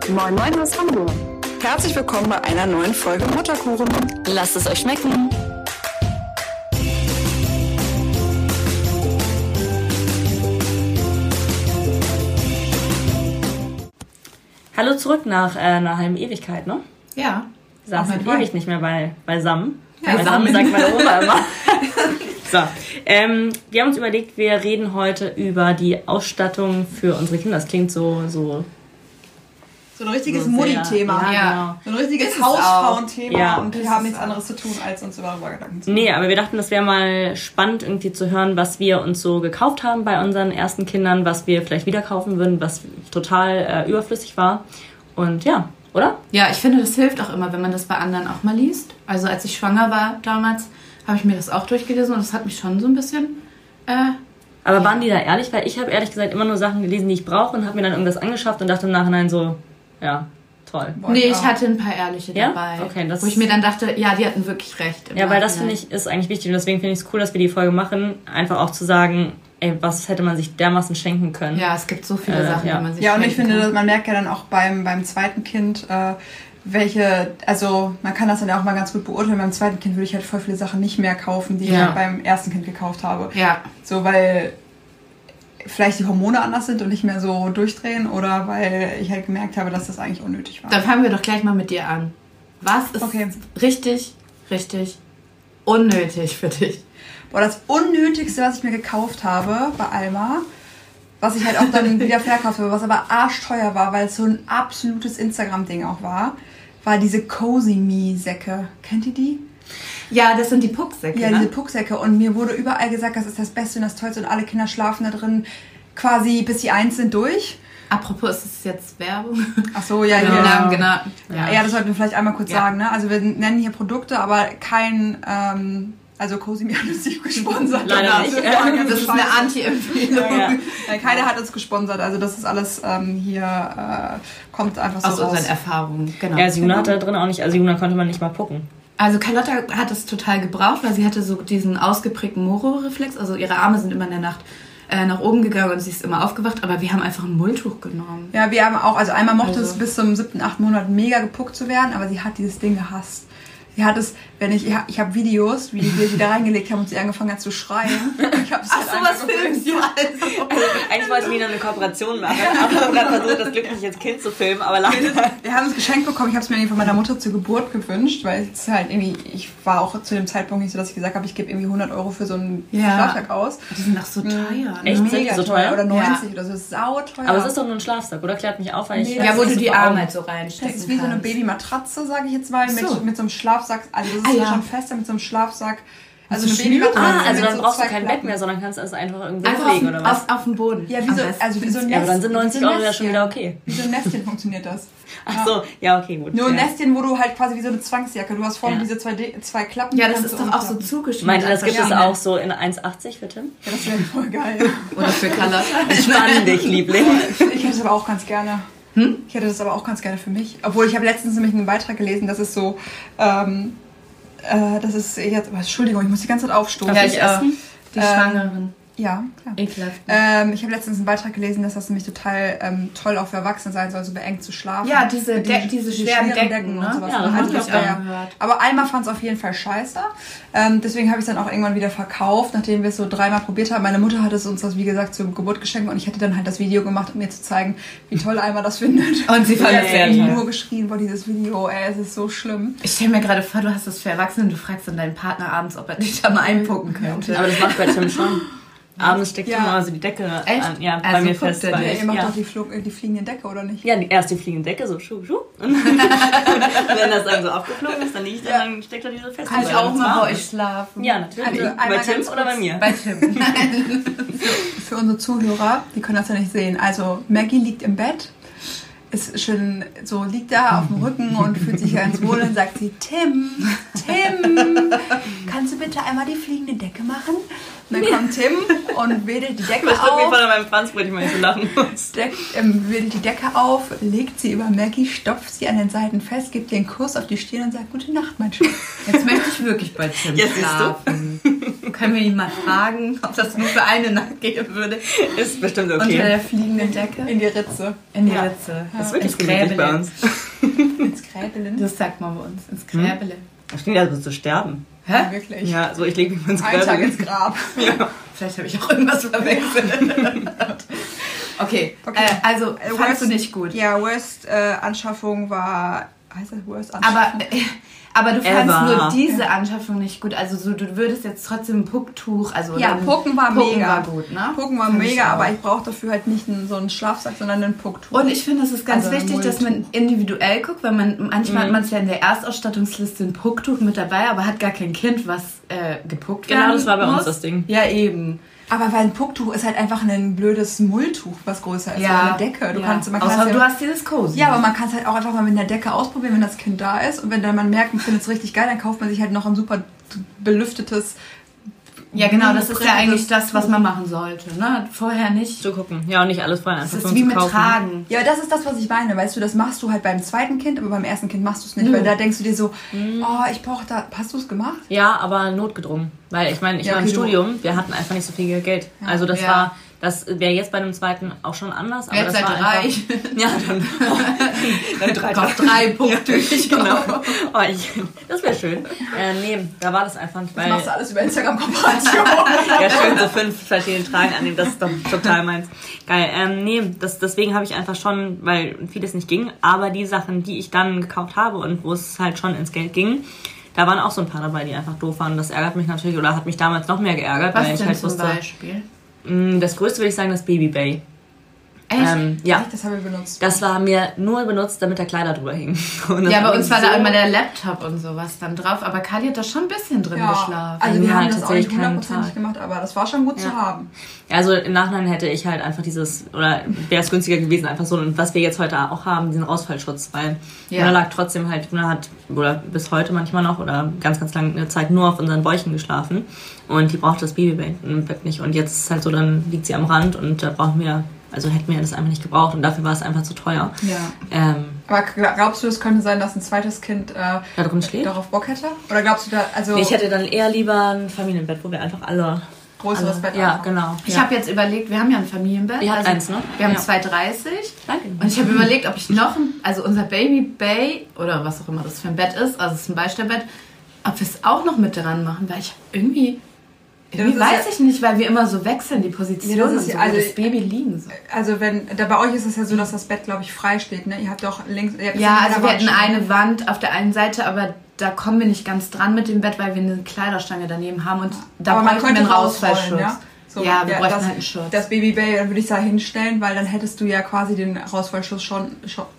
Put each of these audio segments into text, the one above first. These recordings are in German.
Moin Moin aus Hamburg. Herzlich willkommen bei einer neuen Folge Mutterkuchen. Lasst es euch schmecken. Hallo zurück nach einer halben Ewigkeit, ne? Ja. Wir saßen ewig nicht mehr beisammen. Ja, beisammen sagt meine Oma immer. So, wir haben uns überlegt, wir reden heute über die Ausstattung für unsere Kinder. Das klingt so ein richtiges so Mutti-Thema. Ja, genau. So ein richtiges Hausfrauenthema. Ja, und wir haben nichts anderes zu tun, als uns darüber Gedanken zu machen. Nee, aber wir dachten, das wäre mal spannend, irgendwie zu hören, was wir uns so gekauft haben bei unseren ersten Kindern, was wir vielleicht wieder kaufen würden, was total überflüssig war. Und ja, oder? Ja, ich finde, das hilft auch immer, wenn man das bei anderen auch mal liest. Also als ich schwanger war damals, habe ich mir das auch durchgelesen und das hat mich schon so ein bisschen... Aber waren die da ehrlich? Weil ich habe ehrlich gesagt immer nur Sachen gelesen, die ich brauche und habe mir dann irgendwas angeschafft und dachte im Nachhinein so, ja, toll. Nee, ich hatte ein paar ehrliche dabei. Okay, wo ich mir dann dachte, ja, die hatten wirklich recht. Ja, weil das finde ich ist eigentlich wichtig und deswegen finde ich es cool, dass wir die Folge machen. Einfach auch zu sagen, ey, was hätte man sich dermaßen schenken können. Ja, es gibt so viele Sachen, die man sich schenken kann. Ja, und ich finde, man merkt ja dann auch beim zweiten Kind, also man kann das dann ja auch mal ganz gut beurteilen. Beim zweiten Kind würde ich halt voll viele Sachen nicht mehr kaufen, die ich halt beim ersten Kind gekauft habe. Ja. So, weil vielleicht die Hormone anders sind und nicht mehr so durchdrehen oder weil ich halt gemerkt habe, dass das eigentlich unnötig war. Dann fangen wir doch gleich mal mit dir an. Was ist richtig unnötig für dich? Boah, das Unnötigste, was ich mir gekauft habe bei Alma, was ich halt auch dann wieder verkauft habe, was aber arschteuer war, weil es so ein absolutes Instagram-Ding auch war diese Cozy Me Säcke. Kennt ihr die? Ja, das sind die Pucksäcke, Ja, ne? diese Pucksäcke. Und mir wurde überall gesagt, das ist das Beste und das Tollste und alle Kinder schlafen da drin quasi bis die 1 sind durch. Apropos, ist das jetzt Werbung? Ach so, ja. Genau. Ja, das sollten wir vielleicht einmal kurz sagen, ne? Also wir nennen hier Produkte, aber kein... Also Cozy Me hat uns nicht gesponsert. Leider nicht. Das ist eine Anti-Empfehlung. Ja. Keiner hat uns gesponsert. Also das ist alles hier, kommt einfach so aus unseren Erfahrungen. Genau. Ja, also Juna hatte da drin auch nicht, also Juna konnte man nicht mal pucken. Also Carlotta hat es total gebraucht, weil sie hatte so diesen ausgeprägten Moro-Reflex. Also ihre Arme sind immer in der Nacht nach oben gegangen und sie ist immer aufgewacht. Aber wir haben einfach ein Mulltuch genommen. Ja, wir haben auch, also einmal mochte es bis zum 7., 8. Monat mega gepuckt zu werden, aber sie hat dieses Ding gehasst. Sie hat es, ich habe Videos, wie wir sie da reingelegt haben und sie angefangen hat zu schreien. Ich hab's Ach, sowas filmst du also. Eigentlich wollte Nina eine Kooperation machen, aber ich habe gerade versucht, das glückliche Kind zu filmen, aber leider. Wir haben es geschenkt bekommen, ich habe es mir von meiner Mutter zur Geburt gewünscht, weil es halt irgendwie, ich war auch zu dem Zeitpunkt nicht so, dass ich gesagt habe, ich gebe irgendwie 100 Euro für so einen Schlafsack aus. Die sind doch so teuer. Ne? Echt? Mega Sind die so teuer? Oder 90 oder so, das ist sauteuer. Aber es ist doch nur ein Schlafsack, oder? Klärt mich auf, weil ich... Ja, wo du die Arme halt so reinstecken Das ist wie so eine Babymatratze, sage ich jetzt mal, mit so einem Schlafsack. Also das ist schon fester mit so einem Schlafsack. Also eine Babymatratze. Also dann so brauchst du kein Klappen. Bett mehr, sondern kannst es einfach irgendwo legen, oder was? Auf dem Boden. Ja, wie so ein Nest. Ja, aber dann sind 90 Euro ja schon wieder okay. Wie so ein Nestchen funktioniert das. Ach so, ja, okay, gut. Nur ein Nestchen, wo du halt quasi wie so eine Zwangsjacke, du hast vorne diese zwei Klappen. Ja, das ist doch auch so zugeschnitten. Meint ihr, das gibt es auch so in 1,80 für Tim? Ja, das wäre voll geil. Oder für Carlotta. Entspann dich, Liebling. Ich hätte das aber auch ganz gerne. Ich hätte das aber auch ganz gerne für mich. Obwohl, ich habe letztens nämlich einen Beitrag gelesen, dass es so... das ist jetzt... Entschuldigung, ich muss die ganze Zeit aufstoßen. Darf ich essen? Die Schwangeren. Ja, klar. Ekelhaft. Ich habe letztens einen Beitrag gelesen, dass das nämlich total toll auch für Erwachsene sein soll, so beengt zu schlafen. Ja, diese schweren Decken, und sowas. Ja, das habe ich auch gehört. Aber einmal fand es auf jeden Fall scheiße. Deswegen habe ich es dann auch irgendwann wieder verkauft, nachdem wir es so 3-mal probiert haben. Meine Mutter hat es uns, wie gesagt, zur Geburt geschenkt und ich hätte dann halt das Video gemacht, um mir zu zeigen, wie toll Alma das findet. Und sie fand es sehr toll. Nur geschrien vor dieses Video, es ist so schlimm. Ich stelle mir gerade vor, du hast das für Erwachsene und du fragst dann deinen Partner abends, ob er dich da mal einpucken könnte. Aber das macht bei Tim schon. Abends steckt immer also die Decke an, bei mir fest. Weil ihr macht doch die fliegende Decke, oder nicht? Ja, erst die fliegende Decke, so schuh. Und wenn das dann so aufgeflogen ist, dann liege ich dann steckt er diese fest. Kann ich auch mal bei euch schlafen? Ja, natürlich. Also, bei Tim oder bei mir? Bei Tim. Für unsere Zuhörer, die können das ja nicht sehen. Also Maggie liegt im Bett, ist schön so, liegt da auf dem Rücken und fühlt sich ganz wohl und sagt sie, Tim, kannst du bitte einmal die fliegende Decke machen? Und dann kommt Tim und wedelt die Decke auf. Ich drücke mir von meinem Franzbrötchen, wenn ich so lachen muss. Wedelt die Decke auf, legt sie über Maggie, stopft sie an den Seiten fest, gibt ihr einen Kuss auf die Stirn und sagt, gute Nacht, mein Schatz. Jetzt möchte ich wirklich bei Tim schlafen. Können wir ihn mal fragen, ob das nur für eine Nacht gehen würde? Ist bestimmt okay. Unter der fliegenden Decke? In die Ritze. In die Ritze. Das ist wirklich Ins gemütlich bei Gräbele. uns. Ins Gräbelin. Das sagt man bei uns. Ins Gräbele. Da stehen ja so zu sterben. Hä? Ja, wirklich. Ja, so ich lege mich mal ins Ein Tag Gräbel. ins Grab. Vielleicht habe ich auch irgendwas verwechselt. Okay. Also fandst du nicht gut. Ja, Worst-Anschaffung war... Heißt das Worst-Anschaffung? Aber du fandst Ever. nur diese Anschaffung nicht gut. Also so, du würdest jetzt trotzdem ein Pucktuch... Also Ja, dann- Pucken war mega. war gut, ne? Pucken war Fand ich mega, auch. aber ich brauche dafür halt nicht so einen Schlafsack, sondern einen Pucktuch. Und ich finde, es ist ganz Also ein wichtig, dass man Mulltuch. individuell guckt, weil manchmal hat man es ja in der Erstausstattungsliste ein Pucktuch mit dabei, aber hat gar kein Kind, was gepuckt Genau, werden das war bei uns muss. das Ding. Ja, eben. Aber weil ein Pucktuch ist halt einfach ein blödes Mulltuch, was größer ist. Ja. Oder eine Decke. Man kann Außer das du hast dieses Cozy. ja, aber man kann es halt auch einfach mal mit einer Decke ausprobieren, wenn das Kind da ist. Und wenn dann man merkt, man findet es richtig geil, dann kauft man sich halt noch ein super belüftetes... Ja, genau, das ist ja prägendes eigentlich das, was man machen sollte. Ne? Vorher nicht. Zu gucken. Ja, und nicht alles vorher Das einfach ist so wie zu mit kaufen. Tragen. Ja, das ist das, was ich meine. Weißt du, das machst du halt beim zweiten Kind, aber beim ersten Kind machst du es nicht. Weil da denkst du dir so, oh, ich brauche da... Hast du es gemacht? Ja, aber notgedrungen. Weil ich meine, ich Ja, war im okay, du- Studium, wir hatten einfach nicht so viel Geld. Also das Ja. das wäre jetzt bei dem zweiten auch schon anders. Aber Jetzt das seid war ihr einfach, reich. Ja, dann drei Kauf 3 Punkte. Genau. Oh, das wäre schön. Nee, da war das einfach nicht, Das weil... machst du alles über Instagram-Kooperation. Ja, schön, so 5 verschiedene Tragen annehmen, das ist doch total meins. Geil. Nee, deswegen habe ich einfach schon, weil vieles nicht ging, aber die Sachen, die ich dann gekauft habe und wo es halt schon ins Geld ging, da waren auch so ein paar dabei, die einfach doof waren. Das ärgert mich natürlich, oder hat mich damals noch mehr geärgert, Was weil ich denn halt zum wusste, Beispiel? Das größte würde ich sagen, das Baby Bay. Echt? Ja. Das haben wir benutzt. Das war mir nur benutzt, damit der Kleider drüber hing. Und das Ja, bei hat uns mich war da so- immer der Laptop und sowas dann drauf, aber Kali hat da schon ein bisschen drin geschlafen. Also wir Ja, haben das auch nicht tatsächlich keinen 100% Tag. gemacht, aber das war schon gut zu haben. Also im Nachhinein hätte ich halt einfach oder wäre es günstiger gewesen, einfach so, und was wir jetzt heute auch haben, diesen Ausfallschutz, weil Luna lag trotzdem halt, Luna hat, oder bis heute manchmal noch, oder ganz, ganz lange Zeit nur auf unseren Bäuchen geschlafen und die braucht das Babybett im Bett nicht und jetzt ist halt so, dann liegt sie am Rand und da brauchen wir, also hätten wir das einfach nicht gebraucht und dafür war es einfach zu teuer. Ja. Aber glaubst du, es könnte sein, dass ein zweites Kind Da drin schläft? darauf Bock hätte? Oder glaubst du da, also Ich hätte dann eher lieber ein Familienbett, wo wir einfach alle... größeres Bett Ja, einfach? genau. Ich habe jetzt überlegt, wir haben ja ein Familienbett. Ihr habt eins, ne? Wir haben Ja. 2,30. Danke. Und ich habe überlegt, ob ich noch also unser Baby Bay oder was auch immer das für ein Bett ist, also es ist ein Beistellbett, ob wir es auch noch mit dran machen, weil ich irgendwie das ist weiß ich nicht, weil wir immer so wechseln, die Position, Ja, das ist und so, ja- also- wo das Baby liegen soll. Also bei euch ist es ja so, dass das Bett, glaube ich, frei steht, ne? Ihr habt doch links... ihr habt Ja, das also in wir der hatten Wand eine Wand auf der einen Seite, aber da kommen wir nicht ganz dran mit dem Bett, weil wir eine Kleiderstange daneben haben und da Aber man bräuchten wir könnte einen rausrollen, Rausfallschutz. ja? So, Ja, wir bräuchten das, halt einen Schutz. Das Baby Bay, dann würde ich da hinstellen, weil dann hättest du ja quasi den Rausfallschutz schon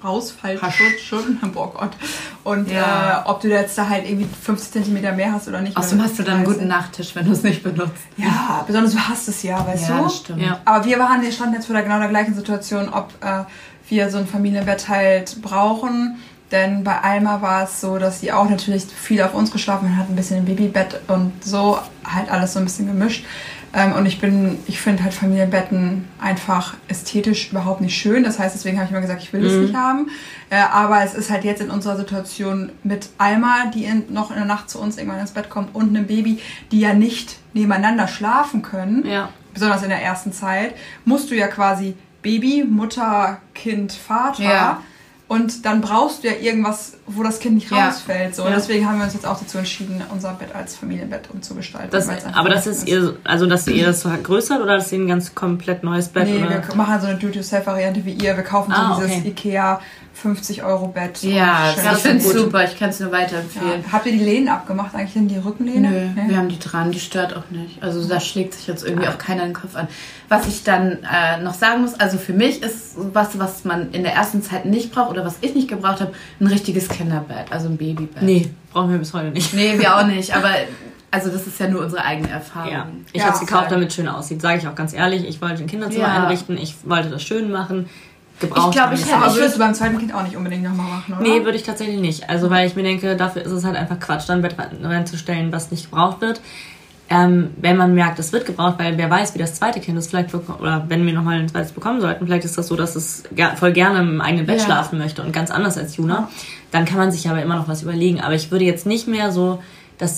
boah Gott. Und Ja. ob du jetzt da halt irgendwie 50 cm mehr hast oder nicht. Außerdem hast du dann einen weiß guten nicht. Nachttisch, wenn du es nicht benutzt. Ja, besonders du hast es ja, weißt Ja, du? das stimmt. Ja. Aber wir standen jetzt vor genau der gleichen Situation, ob wir so ein Familienbett halt brauchen. Denn bei Alma war es so, dass sie auch natürlich viel auf uns geschlafen hat, ein bisschen im Babybett und so, halt alles so ein bisschen gemischt. Und ich finde halt Familienbetten einfach ästhetisch überhaupt nicht schön. Das heißt, deswegen habe ich immer gesagt, ich will das nicht haben. Aber es ist halt jetzt in unserer Situation mit Alma, die noch in der Nacht zu uns irgendwann ins Bett kommt, und einem Baby, die ja nicht nebeneinander schlafen können, Ja. besonders in der ersten Zeit, musst du ja quasi Baby, Mutter, Kind, Vater. Ja. Und dann brauchst du ja irgendwas, wo das Kind nicht Ja. rausfällt. So. Und Ja. deswegen haben wir uns jetzt auch dazu entschieden, unser Bett als Familienbett umzugestalten. weil es einfach Aber das am ist besten ihr, also dass ihr das vergrößert oder dass ihr ein ganz komplett neues Bett Nee, oder? wir machen so eine Do-it-yourself-Variante wie ihr. Wir kaufen so dieses okay. Ikea 50-Euro-Bett. Ja, Schön. ich finde es gut. super. Ich kann es nur weiterempfehlen. Ja. Habt ihr die Lehnen abgemacht eigentlich, denn die Rückenlehne? Nö, wir haben die dran, die stört auch nicht. Also da schlägt sich jetzt irgendwie auch keiner den Kopf an. Was ich dann noch sagen muss, also für mich ist was man in der ersten Zeit nicht braucht oder was ich nicht gebraucht habe, ein richtiges Kinderbett, also ein Babybett. Nee, brauchen wir bis heute nicht. Nee, wir auch nicht, aber also das ist ja nur unsere eigene Erfahrung. Ja, ich Ja, habe es gekauft, voll. damit es schön aussieht. Sage ich auch ganz ehrlich. Ich wollte ein Kinderzimmer Ja. einrichten. Ich wollte das schön machen. Gebraucht. Ich glaube, ich habe hätte- Aber Ich würdest du beim zweiten Kind auch nicht unbedingt nochmal machen, oder? Nee, würde ich tatsächlich nicht. Also, weil ich mir denke, dafür ist es halt einfach Quatsch, dann ein Bett reinzustellen, was nicht gebraucht wird. Wenn man merkt, es wird gebraucht, weil wer weiß, wie das zweite Kind es vielleicht bekommt, oder wenn wir nochmal ein zweites bekommen sollten, vielleicht ist das so, dass es voll gerne im eigenen Bett Ja. schlafen möchte und ganz anders als Juna, dann kann man sich aber immer noch was überlegen. Aber ich würde jetzt nicht mehr so,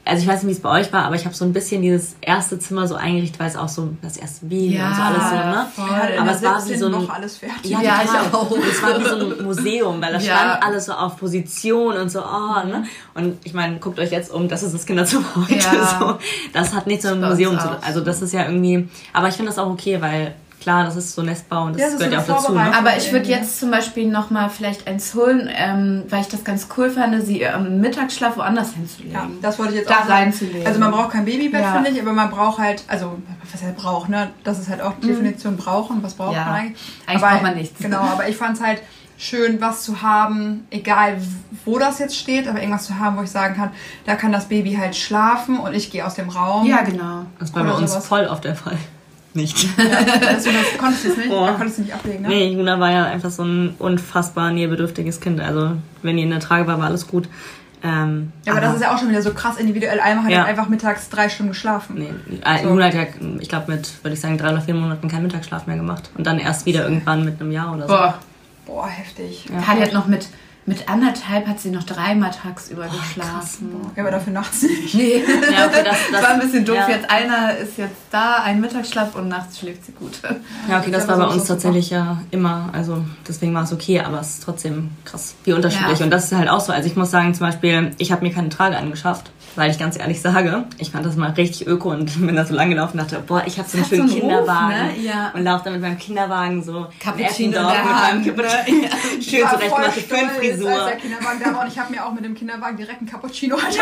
also ich weiß nicht, wie es bei euch war, aber ich habe so ein bisschen dieses erste Zimmer so eingerichtet, weil es auch so das erste Baby und so alles so, ne? Voll. Aber es war wie so ein... noch alles fertig. Ja, ich auch. Es war wie so ein Museum, weil da stand alles so auf Position und so, ne? Und ich meine, guckt euch jetzt um, das ist das Kinderzimmer heute. So. Das hat nichts mit einem Museum zu tun. Also das ist ja irgendwie... Aber ich finde das auch okay, weil... Klar, das ist so Nestbau und das gehört ja auch dazu. Ne? Aber ich würde jetzt zum Beispiel nochmal vielleicht eins holen, weil ich das ganz cool fand, sie am Mittagsschlaf woanders hinzulegen. Ja, das wollte ich jetzt da auch reinzulegen. Also man braucht kein Babybett, finde ich, aber man braucht halt, also was er braucht, ne? Das ist halt auch die Definition brauchen. Was braucht man eigentlich? Eigentlich braucht man nichts. Genau, aber ich fand es halt schön, was zu haben, egal wo das jetzt steht, aber irgendwas zu haben, wo ich sagen kann, da kann das Baby halt schlafen und ich gehe aus dem Raum. Ja, genau. Das war bei uns voll oft der Fall. Nicht. Ja, also das konntest du es nicht? Da konntest du nicht ablegen, ne? Nee, Juna war ja einfach so ein unfassbar nähebedürftiges Kind. Also, wenn die in der Trage war alles gut. Aber das ist ja auch schon wieder so krass individuell. Alma hat halt einfach mittags 3 Stunden geschlafen. Nee, Juna hat ja, ich glaube, mit, würde ich sagen, 3 oder 4 Monaten keinen Mittagsschlaf mehr gemacht. Und dann erst wieder irgendwann mit einem Jahr oder so. Boah, heftig. Ja. Kali hat noch mit 1,5 hat sie noch 3-mal tagsüber geschlafen. Ja, aber dafür nachts nicht. Nee. Ja, okay, das war ein bisschen doof. Ja. Jetzt einer ist jetzt da, ein Mittagsschlaf und nachts schläft sie gut. Ja, okay, das war bei uns tatsächlich ja immer, also deswegen war es okay, aber es ist trotzdem krass, wie unterschiedlich. Und das ist halt auch so, also ich muss sagen, zum Beispiel, ich habe mir keine Trage angeschafft, weil ich ganz ehrlich sage, ich fand das mal richtig öko und bin da so lang gelaufen und dachte, boah, ich habe so einen schönen Kinderwagen, Ruf, ne? Ja. Und laufe dann mit meinem Kinderwagen so Cappuccino mit meinem Cappuccino, schön zurechtgemachte Föhnfrisur. Als der Kinderwagen da war und ich habe mir auch mit dem Kinderwagen direkt einen Cappuccino aber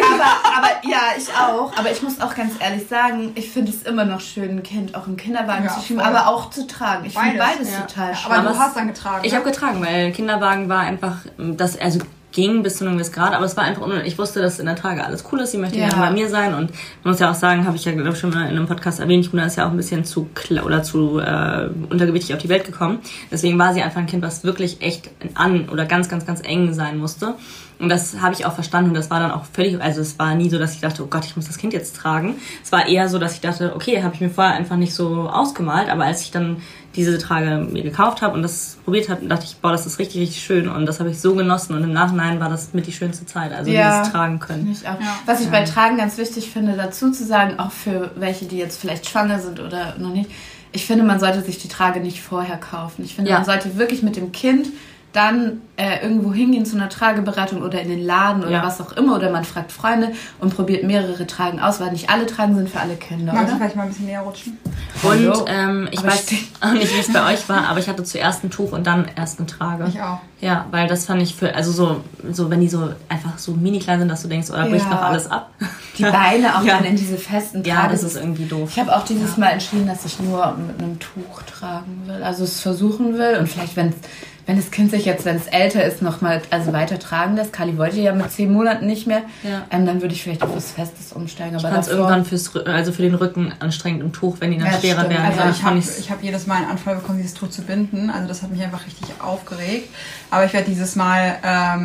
ja, ich auch. Aber ich muss auch ganz ehrlich sagen, ich finde es immer noch schön, ein Kind auch im Kinderwagen zu schieben, aber auch zu tragen. Ich finde beides total schön. Aber du hast dann getragen. Ich habe getragen, weil Kinderwagen war einfach, das, also ging bis zu einem gewissen Grad, aber es war einfach, ich wusste, dass in der Trage alles cool ist, sie möchte gerne bei mir sein und man muss ja auch sagen, habe ich ja glaube ich schon mal in einem Podcast erwähnt, Juna ist ja auch ein bisschen zu untergewichtig auf die Welt gekommen, deswegen war sie einfach ein Kind, was wirklich echt oder ganz, ganz, ganz eng sein musste. Und das habe ich auch verstanden und das war dann auch völlig, also es war nie so, dass ich dachte, oh Gott, ich muss das Kind jetzt tragen. Es war eher so, dass ich dachte, okay, habe ich mir vorher einfach nicht so ausgemalt, aber als ich dann diese Trage mir gekauft habe und das probiert habe, dachte ich, boah, das ist richtig, richtig schön und das habe ich so genossen und im Nachhinein war das mit die schönste Zeit, also dieses Tragen können. Ich auch. Ja. Was ich bei Tragen ganz wichtig finde, dazu zu sagen, auch für welche, die jetzt vielleicht schwanger sind oder noch nicht, ich finde, man sollte sich die Trage nicht vorher kaufen. Ich finde, man sollte wirklich mit dem Kind dann irgendwo hingehen zu einer Trageberatung oder in den Laden oder was auch immer oder man fragt Freunde und probiert mehrere Tragen aus, weil nicht alle Tragen sind für alle Kinder. Magst du vielleicht mal ein bisschen näher rutschen? Und ich weiß auch nicht, wie es bei euch war, aber ich hatte zuerst ein Tuch und dann erst eine Trage. Ich auch. Ja, weil das fand ich so wenn die so einfach so mini klein sind, dass du denkst, oder bricht noch alles ab. Die Beine auch dann in diese festen Tragen. Ja, das ist irgendwie doof. Ich habe auch dieses Mal entschieden, dass ich nur mit einem Tuch tragen will, also es versuchen will und vielleicht, wenn das Kind sich jetzt, wenn es älter ist, nochmal weiter tragen lässt. Kali wollte ja mit 10 Monaten nicht mehr. Ja. Dann würde ich vielleicht auf was Festes umsteigen. Aber ich fand es irgendwann für den Rücken anstrengend im Tuch, wenn die dann schwerer werden. Also ich habe jedes Mal einen Anfall bekommen, dieses Tuch zu binden. Also das hat mich einfach richtig aufgeregt. Aber ich werde dieses Mal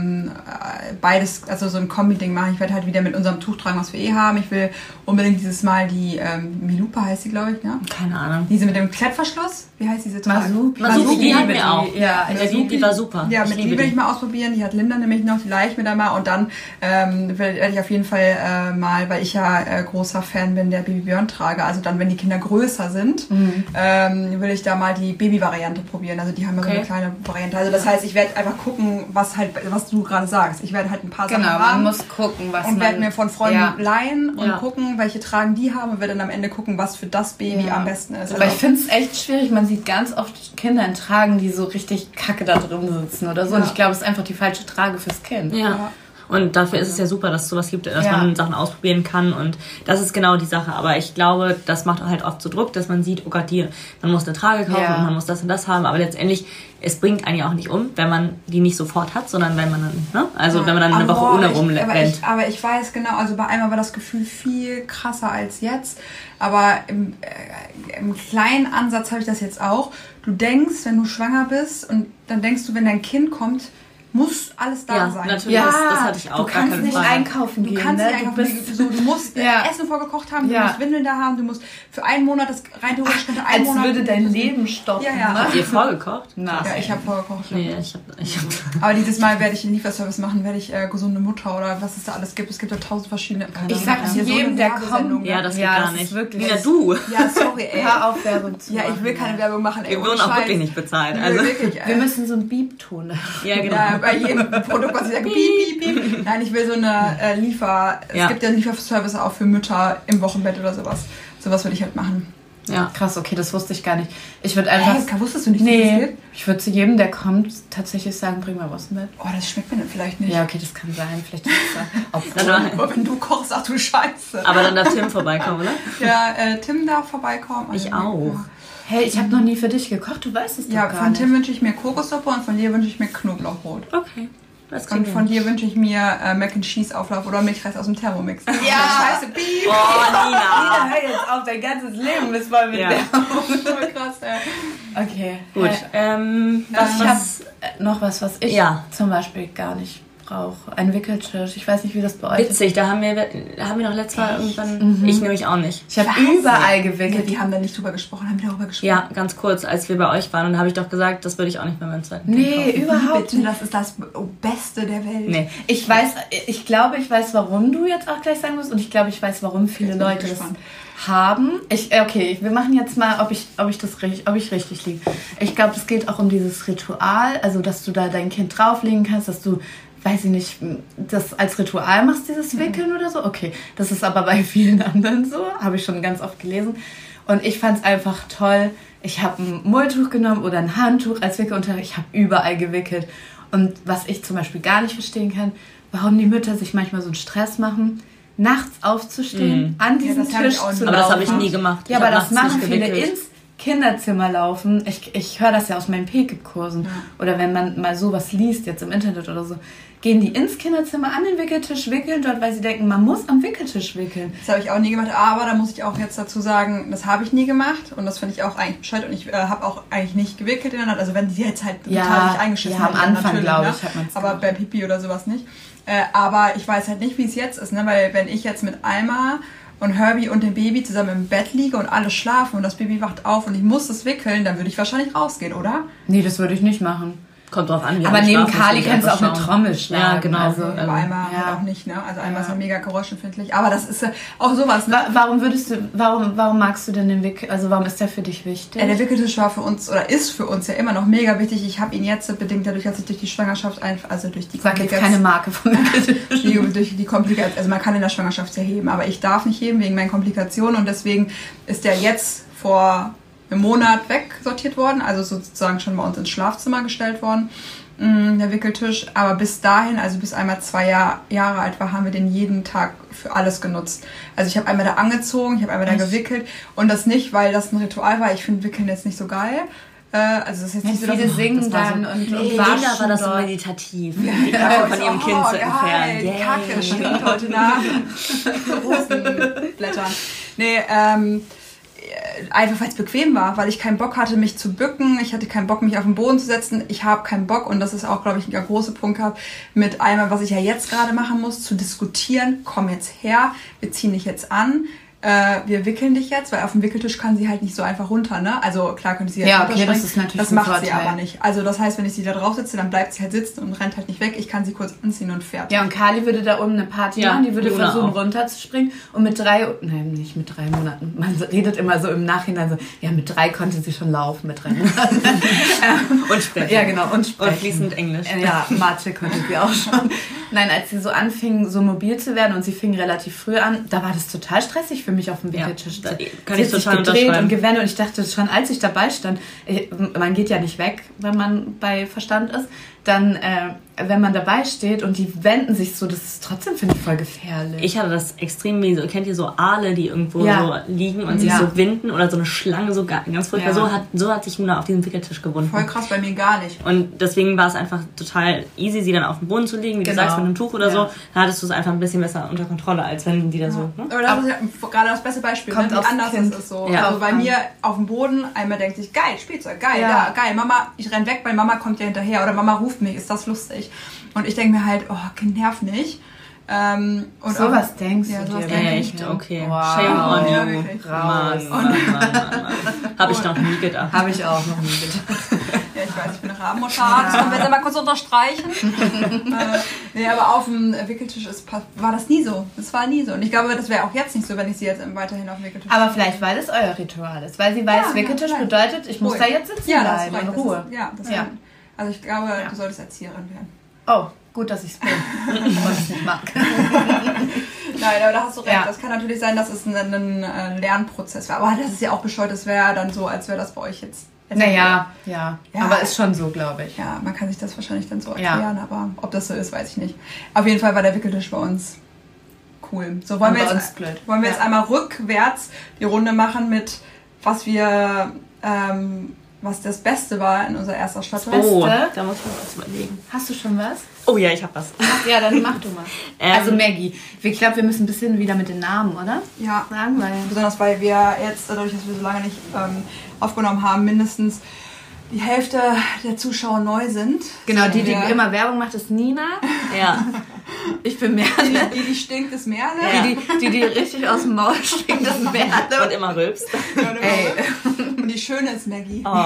beides, also so ein Kombi-Ding machen. Ich werde halt wieder mit unserem Tuch tragen, was wir haben. Ich will unbedingt dieses Mal die Milupa heißt die, glaube ich, ne? Keine Ahnung. Diese mit dem Klettverschluss. Wie heißt diese Trage? Masupi, die haben wir auch. Ja, die war super. Ja, mit die will ich mal ausprobieren. Die hat Linda nämlich noch, die leih ich mir da mal. Und dann werde ich auf jeden Fall mal, weil ich ja großer Fan bin der Baby-Björn-Trage, also dann, wenn die Kinder größer sind, will ich da mal die Baby-Variante probieren. Also die haben ja so eine kleine Variante. Also das heißt, ich werde einfach gucken, was du gerade sagst. Ich werde halt ein paar Sachen haben. Genau, man muss gucken, was und werde mir von Freunden leihen und gucken, welche Tragen die haben und werde dann am Ende gucken, was für das Baby am besten ist. Aber ich finde es echt schwierig. Man sieht ganz oft Kinder in Tragen, die so richtig kacke da drin sitzen oder so. Und ich glaube, es ist einfach die falsche Trage fürs Kind. Ja. Und dafür ist es ja super, dass es sowas gibt, dass man Sachen ausprobieren kann. Und das ist genau die Sache. Aber ich glaube, das macht halt oft so Druck, dass man sieht, oh Gott, man muss eine Trage kaufen und man muss das und das haben. Aber letztendlich, es bringt einen ja auch nicht um, wenn man die nicht sofort hat, sondern wenn man dann, wenn man dann eine Woche ohne rumrennt. Aber ich weiß genau, also bei einmal war das Gefühl viel krasser als jetzt. Aber im kleinen Ansatz habe ich das jetzt auch. Du denkst, wenn du schwanger bist und dann denkst du, wenn dein Kind kommt, muss alles da sein. Natürlich, Ja, das hatte ich auch. du kannst nicht einkaufen gehen. Du kannst nicht einkaufen gehen. Du musst Essen vorgekocht haben, du musst Windeln da haben, du musst für einen Monat, das rein theoretisch könnte einen Monat... Als würde dein Leben stoppen. Ja. Habt ihr vorgekocht? Nein. Ja, ich habe vorgekocht. Nee, ich hab Aber dieses Mal werde ich einen Lieferservice machen, werde ich gesunde Mutter oder was es da alles gibt. Es gibt ja 1000 verschiedene... Ich sag zu jedem, der kommt... Ja, das geht gar nicht. Wirklich. Ja, du. Ja, sorry, ey. Hör auf, Werbung zu Ja, ich will machen. keine Werbung machen, ey. Wir wurden auch wirklich nicht bezahlt. Also. Wirklich, Wir müssen so ein Beep-Ton. Ja, genau. Ja, bei jedem Produkt, was ich sage, piep, piep, piep. Nein, ich will so eine Es gibt ja Lieferservice auch für Mütter im Wochenbett oder sowas. Sowas würde ich halt machen. Ja. Krass, okay, das wusste ich gar nicht. Ich würde einfach... Wusstest du nicht, wie das geht? Ich würde zu jedem, der kommt, tatsächlich sagen, bring mal was mit. Oh, das schmeckt mir dann vielleicht nicht. Ja, okay, das kann sein. Vielleicht ist es da. Aber wenn du kochst, ach du Scheiße. Aber dann darf Tim vorbeikommen, oder? Ja, Tim darf vorbeikommen. Ich auch. Hey, ich habe noch nie für dich gekocht, du weißt es doch gar nicht. Ja, von Tim wünsche ich mir Kokossuppe und von dir wünsche ich mir Knoblauchbrot. Okay. Und von dir wünsche ich mir Mac and Cheese Auflauf oder Milchreis aus dem Thermomix. Ja. Scheiße, piep. Oh, Nina. Nina, hör jetzt auf, dein ganzes Leben ist voll mit Werbung. Voll krass, ey. Okay. Gut. Ich habe noch was ich zum Beispiel gar nicht brauche. Ein Wickeltisch. Ich weiß nicht, wie das bei euch ist. Witzig, da haben wir noch letztes Mal irgendwann... Ich nämlich auch nicht. Ich habe überall gewickelt. Ja, die haben da nicht drüber gesprochen, haben wir darüber gesprochen? Ja, ganz kurz, als wir bei euch waren. Und da habe ich doch gesagt, das würde ich auch nicht mehr beim zweiten Nee, Kind kaufen. überhaupt Bitte, das ist das Beste der Welt. Nee. Ich glaube, ich weiß, warum du jetzt auch gleich sagen musst. Und ich glaube, ich weiß, warum viele Leute das haben. Wir machen jetzt mal, ob ich richtig liege. Ich glaube, es geht auch um dieses Ritual, also dass du da dein Kind drauflegen kannst, dass du, weiß ich nicht, das als Ritual machst, dieses Wickeln oder so. Okay, das ist aber bei vielen anderen so, habe ich schon ganz oft gelesen. Und ich fand es einfach toll. Ich habe ein Mulltuch genommen oder ein Handtuch als Wickelunterlage. Ich habe überall gewickelt. Und was ich zum Beispiel gar nicht verstehen kann, warum die Mütter sich manchmal so einen Stress machen, nachts aufzustehen, an diesen Tisch zu laufen. Aber das habe ich nie gemacht. Ja, aber das machen viele ins Kinderzimmer laufen. Ich höre das ja aus meinen PKIP-Kursen. Ja. Oder wenn man mal sowas liest, jetzt im Internet oder so, gehen die ins Kinderzimmer an den Wickeltisch, wickeln dort, weil sie denken, man muss am Wickeltisch wickeln. Das habe ich auch nie gemacht, aber da muss ich auch jetzt dazu sagen, das habe ich nie gemacht und das finde ich auch eigentlich bescheuert und ich habe auch eigentlich nicht gewickelt in der Nacht, also wenn die jetzt halt total sich eingeschissen haben. Ja, am Anfang, glaube ich, hat man es aber bei Pipi oder sowas nicht. Aber ich weiß halt nicht, wie es jetzt ist, ne? Weil wenn ich jetzt mit Alma und Herbie und dem Baby zusammen im Bett liege und alle schlafen und das Baby wacht auf und ich muss das wickeln, dann würde ich wahrscheinlich rausgehen, oder? Nee, das würde ich nicht machen. Kommt drauf an, wie aber neben Kali kannst du auch eine Trommel schlagen. Ja, genau. Also, aber Alma halt auch nicht, ne? Also Alma ist ja mega geräuschempfindlich. Aber das ist auch sowas. Ne? Warum magst du denn den Wickel? Also warum ist der für dich wichtig? Der Wickeltisch war für uns oder ist für uns ja immer noch mega wichtig. Ich habe ihn jetzt bedingt dadurch, dass ich durch die Schwangerschaft durch die Sag jetzt keine Marke von Wickeltisch. durch die Komplikationen, also man kann in der Schwangerschaft ja heben, aber ich darf nicht heben wegen meinen Komplikationen und deswegen ist der jetzt vor einem Monat wegsortiert worden, also sozusagen schon bei uns ins Schlafzimmer gestellt worden, der Wickeltisch. Aber bis dahin, also bis einmal 2 Jahre alt war, haben wir den jeden Tag für alles genutzt. Also ich habe einmal da angezogen, ich habe einmal da gewickelt und das nicht, weil das ein Ritual war. Ich finde Wickeln jetzt nicht so geil. Also das ist jetzt nicht so, viele singen dann so, und Lena war das so meditativ. Ja, von ihrem Kind zu entfernen. Die Kacke stinkt heute nach Rosenblättern. Nee, einfach weil es bequem war, weil ich keinen Bock hatte, mich zu bücken. Ich hatte keinen Bock, mich auf den Boden zu setzen. Ich habe keinen Bock, und das ist auch, glaube ich, ein großer Punkt gehabt, mit einmal, was ich ja jetzt gerade machen muss, zu diskutieren. Komm jetzt her, wir ziehen dich jetzt an. Wir wickeln dich jetzt, weil auf dem Wickeltisch kann sie halt nicht so einfach runter, ne? Also klar könnte sie jetzt runterspringen. Das ist natürlich das macht sie aber nicht. Also das heißt, wenn ich sie da drauf sitze, dann bleibt sie halt sitzen und rennt halt nicht weg. Ich kann sie kurz anziehen und fertig. Ja, und Kali würde da oben eine Party machen, die würde versuchen runterzuspringen und nicht mit 3 Monaten. Man redet immer so im Nachhinein so, ja, mit 3 konnte sie schon laufen, mit 3 Monaten. Und sprechen. Ja, genau, und sprechen. Und fließend Englisch. Ja, Mathe konnte sie auch schon. Nein, als sie so anfing, so mobil zu werden, und sie fing relativ früh an, da war das total stressig für mich auf dem Wickeltisch. Ja, kann sie ich hat total sich gedreht unterschreiben. und gewendet, und ich dachte schon, als ich dabei stand, man geht ja nicht weg, wenn man bei Verstand ist, dann, wenn man dabei steht und die wenden sich so, das ist trotzdem, finde ich, voll gefährlich. Ich hatte das extrem wie so, kennt ihr so Aale, die irgendwo so liegen und sich so winden, oder so eine Schlange, so ganz furchtbar. Ja. So hat sich Luna auf diesem Wickeltisch gewunden. Voll krass, bei mir gar nicht. Und deswegen war es einfach total easy, sie dann auf den Boden zu legen, wie du sagst, mit einem Tuch oder so. Da hattest du es einfach ein bisschen besser unter Kontrolle, als wenn die da so... Ne? Aber das ist ja gerade das beste Beispiel, Kommt wie anders Kind. es ist so. Ja. Also bei mir auf dem Boden, einmal denkt sich, geil, Spielzeug, geil, da, geil, Mama, ich renn weg, weil Mama kommt ja hinterher oder Mama ruft mich, ist das lustig. fertig. Und ich denke mir halt, nerv nicht. Und sowas denkst ja, du sowas dir? Echt? Okay. Wow. Shame on you. Ja, wirklich. Mann. Habe ich noch nie gedacht. Habe ich auch noch nie gedacht. Ja, ich weiß, ich bin eine Rabenmutter. Das können wir jetzt mal kurz unterstreichen. Nee, aber auf dem Wickeltisch war das nie so. Das war nie so. Und ich glaube, das wäre auch jetzt nicht so, wenn ich sie jetzt weiterhin auf dem Wickeltisch Aber vielleicht, weil es euer Ritual ist. Weil sie weiß, Wickeltisch bedeutet, ich muss da jetzt sitzen bleiben, in Ruhe. Also ich glaube, du solltest Erzieherin werden. Oh, gut, dass ich es bin. Was ich nicht mag. Nein, aber da hast du recht. Das kann natürlich sein, dass es ein Lernprozess war. Aber das ist ja auch bescheuert. Das wäre dann so, als wäre das bei euch jetzt. Naja, ja. Aber ist schon so, glaube ich. Ja, man kann sich das wahrscheinlich dann so erklären, aber ob das so ist, weiß ich nicht. Auf jeden Fall war der Wickeltisch bei uns cool. So, wollen wir jetzt einmal rückwärts die Runde machen mit, was das Beste war in unserer Erstausstattung. Oh, da muss ich mal kurz überlegen. Hast du schon was? Oh ja, ich habe was. Ja, dann mach du mal. Also Maggie, ich glaube, wir müssen ein bisschen wieder mit den Namen, oder? Ja. Sagen, besonders weil wir jetzt, dadurch, dass wir so lange nicht aufgenommen haben, mindestens die Hälfte der Zuschauer neu sind. Genau, die immer Werbung macht, ist Nina. Ja. Ich bin Merle. Die stinkt, ist Merle. Ja. Die richtig aus dem Maul stinkt, ist Merle. Und immer rülpst. Und die Schöne ist Maggie. Oh.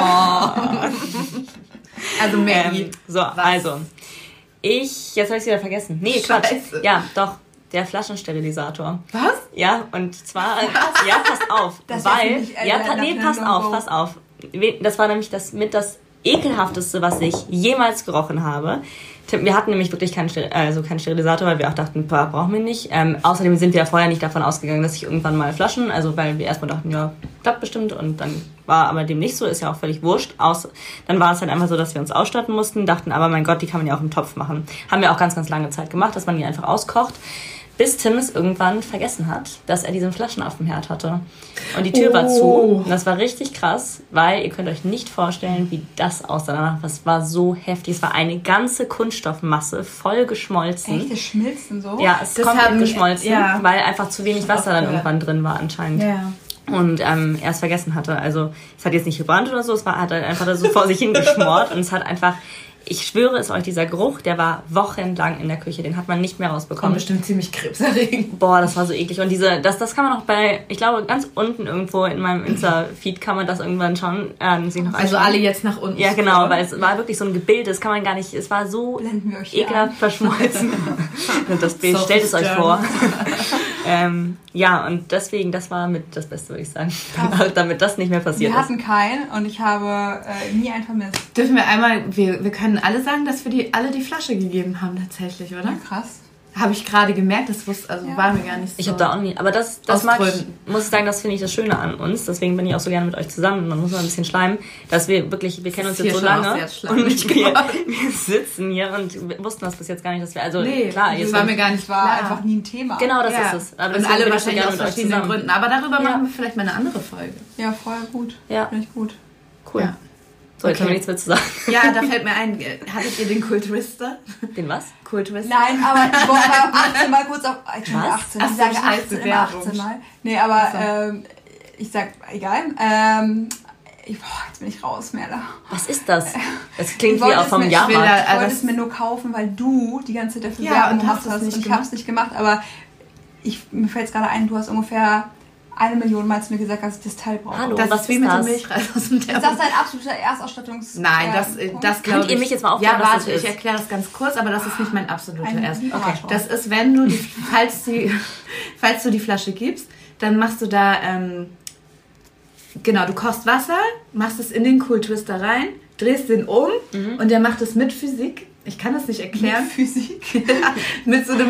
Also Maggie. Also. Jetzt habe ich es wieder vergessen. Nee, Quatsch. Ja, doch. Der Flaschensterilisator. Was? Ja, und zwar... Ja, pass auf. Pass auf. Das war nämlich das ekelhafteste, was ich jemals gerochen habe. Wir hatten nämlich wirklich keinen Sterilisator, weil wir auch dachten, brauchen wir nicht. Außerdem sind wir ja vorher nicht davon ausgegangen, dass ich irgendwann mal Flaschen, also weil wir erstmal dachten, ja, klappt bestimmt, und dann war aber dem nicht so, ist ja auch völlig wurscht. Dann war es halt einfach so, dass wir uns ausstatten mussten, dachten, aber mein Gott, die kann man ja auch im Topf machen. Haben wir auch ganz, ganz lange Zeit gemacht, dass man die einfach auskocht. Bis Tim es irgendwann vergessen hat, dass er diesen Flaschen auf dem Herd hatte. Und die Tür war zu. Und das war richtig krass, weil ihr könnt euch nicht vorstellen, wie das aussah danach. Das war so heftig. Es war eine ganze Kunststoffmasse, voll geschmolzen. Echt? Das schmilzt und so? Ja, es ist komplett geschmolzen, weil einfach zu wenig Wasser dann irgendwann drin war anscheinend. Ja. Und er es vergessen hatte. Also es hat jetzt nicht gebrannt oder so, hat halt einfach so vor sich hingeschmort. Und es hat einfach... Ich schwöre es euch, dieser Geruch, der war wochenlang in der Küche. Den hat man nicht mehr rausbekommen. Und bestimmt ziemlich krebserregend. Boah, das war so eklig. Und das kann man auch ich glaube, ganz unten irgendwo in meinem Insta-Feed kann man das irgendwann schauen. Also alle jetzt nach unten. Ja, genau, weil es war wirklich so ein Gebilde. Das kann man gar nicht, es war so ekelhaft verschmolzen. Und das Bild, stellt es euch vor. Ja, und deswegen, das war mit das Beste, würde ich sagen. Damit das nicht mehr passiert ist. Wir hatten keinen und ich habe nie einen vermisst. Dürfen wir einmal, wir können alle sagen, dass wir alle die Flasche gegeben haben tatsächlich, oder? Ja, krass. Habe ich gerade gemerkt, das war mir gar nicht so. Ich habe da auch nie, aber das muss ich sagen, das finde ich das Schöne an uns, deswegen bin ich auch so gerne mit euch zusammen, man muss mal ein bisschen schleimen, dass wir kennen uns jetzt so lange und wir sitzen hier und wussten das bis jetzt gar nicht, dass wir, klar, das war mir gar nicht war einfach nie ein Thema. Genau, das ist es. Aber und alle wahrscheinlich aus verschiedenen Gründen, aber darüber machen wir vielleicht mal eine andere Folge. Ja, voll gut. Ja. Finde ich gut. Cool. Ja. So, jetzt haben wir nichts mehr zu sagen. Ja, da fällt mir ein, hattet ihr den Kultwister? Den was? Kultwister? Nein, aber ich wollte 18 Mal kurz auf... Ich was? 18, ich sage 18, immer 18 Mal. Nee, aber ich sag, egal. Jetzt bin ich raus, Merle. Was ist das? Das klingt wie auch vom Jahrmarkt. Ich wollte es mir nur kaufen, weil du die ganze Zeit dafür Werbung gemacht hast. Und ich habe es nicht gemacht, aber mir fällt es gerade ein, du hast ungefähr 1 Million Mal zu mir gesagt, dass ich das Teil brauche. Hallo, das was ist wie mit dem Milchreis aus dem Thermos. Das ist ein absoluter Erstausstattungs... Nein, das könnt ihr mich jetzt mal aufklären, was das ist? Ich erkläre das ganz kurz, aber das ist nicht mein absoluter Erstausstattung. Okay. Das ist, wenn du falls du die Flasche gibst, dann machst du da, du kochst Wasser, machst es in den Kultwister rein, drehst den um und der macht es mit Physik. Ich kann das nicht erklären. Mit Physik? Mit so einem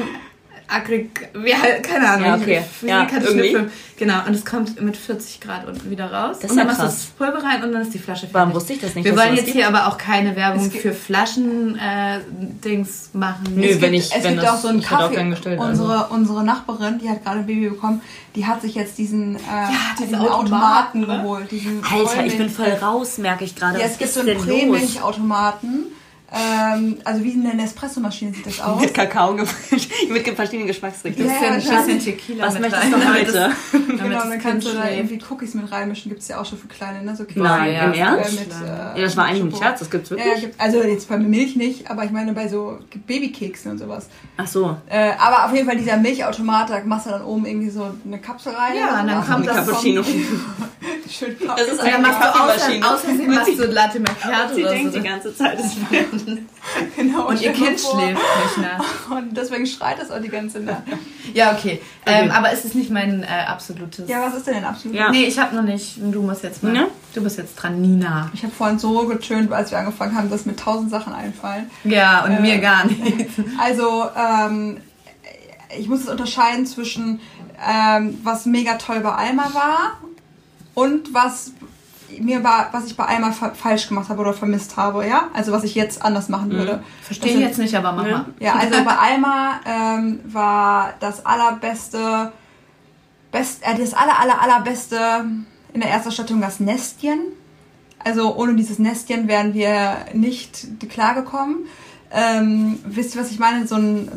keine Ahnung. Ja, okay. Physik hatte irgendwie. Genau, und es kommt mit 40 Grad unten wieder raus. Das ist und dann ja machst du das Pulver rein und dann ist die Flasche fertig. Warum wusste ich das nicht? Wir wollen jetzt hier aber auch keine Werbung für Flaschen-Dings machen. Nö, es gibt auch so einen Kaffee. Unsere Nachbarin, die hat gerade ein Baby bekommen, die hat sich jetzt diesen Automaten geholt. Alter, ich bin voll raus, merke ich gerade. Ja, es gibt so einen Prämilchautomaten. Also wie eine Nespresso-Maschine sieht das aus. Mit Kakao gefüllt, mit verschiedenen Geschmacksrichtungen. Bisschen Tequila Was mit möchtest rein. du heute? Genau, dann kannst du da irgendwie Cookies mit reinmischen. Gibt es ja auch schon für kleine, ne? So Nein, im Ernst? Mit, Ja, das war eigentlich ein Scherz, das gibt's wirklich? Ja, also jetzt bei Milch nicht, aber ich meine bei so Babykeksen und sowas. Ach so. Aber auf jeden Fall dieser Milchautomat, da machst du dann oben irgendwie so eine Kapsel rein. Ja, und dann kommt das Cappuccino. Schön Das ist Und dann machst du aus Versehen machst du Latte Macchiato Sie oder denkt so. die ganze Zeit, es wird. Genau, Und ihr stell dir Kind vor. schläft nicht nach. Und deswegen schreit es auch die ganze Nacht. Ja, okay. Aber es ist nicht mein absolutes... Ja, was ist denn absolut? Ja. Nee, ich habe noch nicht. Du musst jetzt mal. Ne? Du bist jetzt dran, Nina. Ich habe vorhin so getönt, als wir angefangen haben, dass mir 1000 Sachen einfallen. Ja, und mir gar nicht. Also, ich muss es unterscheiden zwischen, was mega toll bei Alma war und was ich bei Alma falsch gemacht habe oder vermisst habe, ja? Also was ich jetzt anders machen würde. Verstehe jetzt nicht, aber mach mal. Ja, also bei Alma war das allerbeste, das allerbeste in der Erstausstattung das Nestchen. Also ohne dieses Nestchen wären wir nicht klargekommen. Wisst ihr, was ich meine? So ein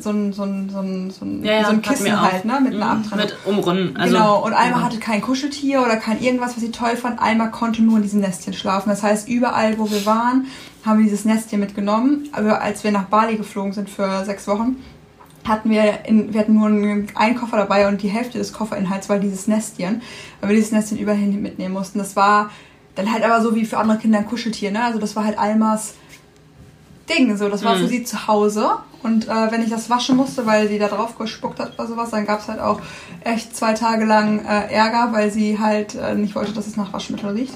Kissen halt, ne? Mit einer Abtrennung. Mit Umrunden. Also, genau, und Alma hatte kein Kuscheltier oder kein irgendwas, was sie toll fand. Alma konnte nur in diesem Nestchen schlafen. Das heißt, überall, wo wir waren, haben wir dieses Nestchen mitgenommen. Aber als wir nach Bali geflogen sind für 6 Wochen, hatten wir hatten nur einen Koffer dabei und die Hälfte des Kofferinhalts war dieses Nestchen, weil wir dieses Nestchen überall hin mitnehmen mussten. Das war dann halt aber so wie für andere Kinder ein Kuscheltier, ne? Also das war halt Almas Ding, so, das war für sie zu Hause und wenn ich das waschen musste, weil sie da drauf gespuckt hat oder sowas, dann gab es halt auch echt 2 Tage lang Ärger, weil sie halt nicht wollte, dass es nach Waschmittel riecht.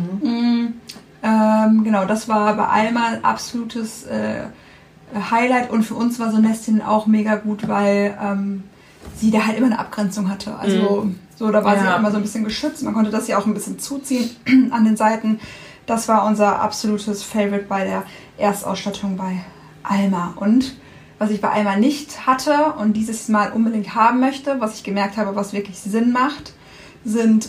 Genau, das war bei Alma ein absolutes Highlight und für uns war so ein Nestchen auch mega gut, weil sie da halt immer eine Abgrenzung hatte, also so, da war sie halt immer so ein bisschen geschützt, man konnte das ja auch ein bisschen zuziehen an den Seiten. Das war unser absolutes Favorite bei der Erstausstattung bei Alma. Und was ich bei Alma nicht hatte und dieses Mal unbedingt haben möchte, was ich gemerkt habe, was wirklich Sinn macht, sind